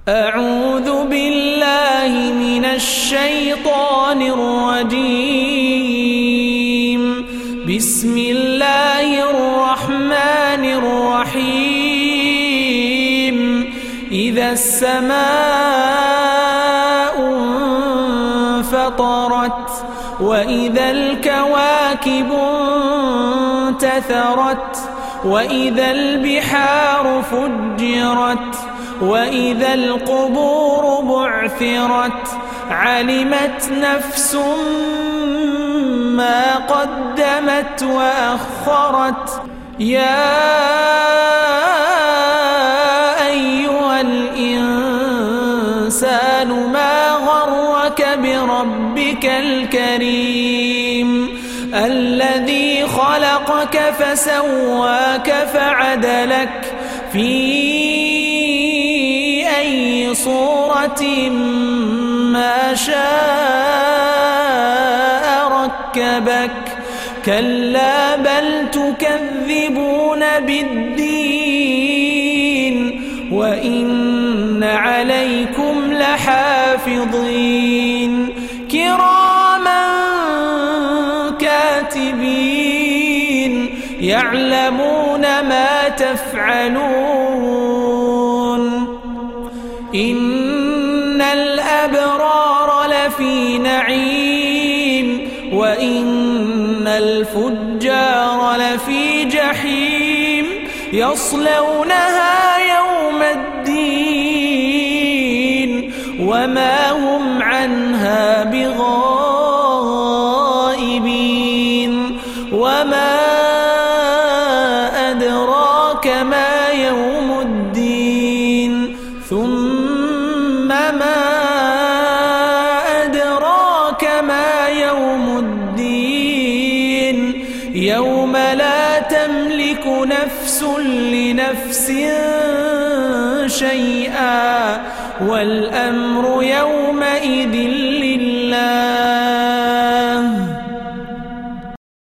أعوذ بالله من الشيطان الرجيم. بسم الله الرحمن الرحيم. إذا السماء انفطرت وإذا الكواكب انتثرت وإذا البحار فجرت وإذا القبور بعثرت علمت نفس ما قدمت وأخرت. يا أيها الإنسان ما غرك بربك الكريم الذي خلقك فسواك فعدلك في أي صورة ما شاء ركبك. كلا بل تكذبون بالدين وإن عليكم لحافظين كراما كاتبين يعلمون ما تفعلون. إن الأبرار لفي نعيم وإن الفجار لفي جحيم يصلونها يوم الدين وما هم عنها بغائبين. وما أدراك ما يوم الدين ثم ما أدراك ما يوم الدين يوم لا تملك نفس لنفس شيئا والأمر يومئذ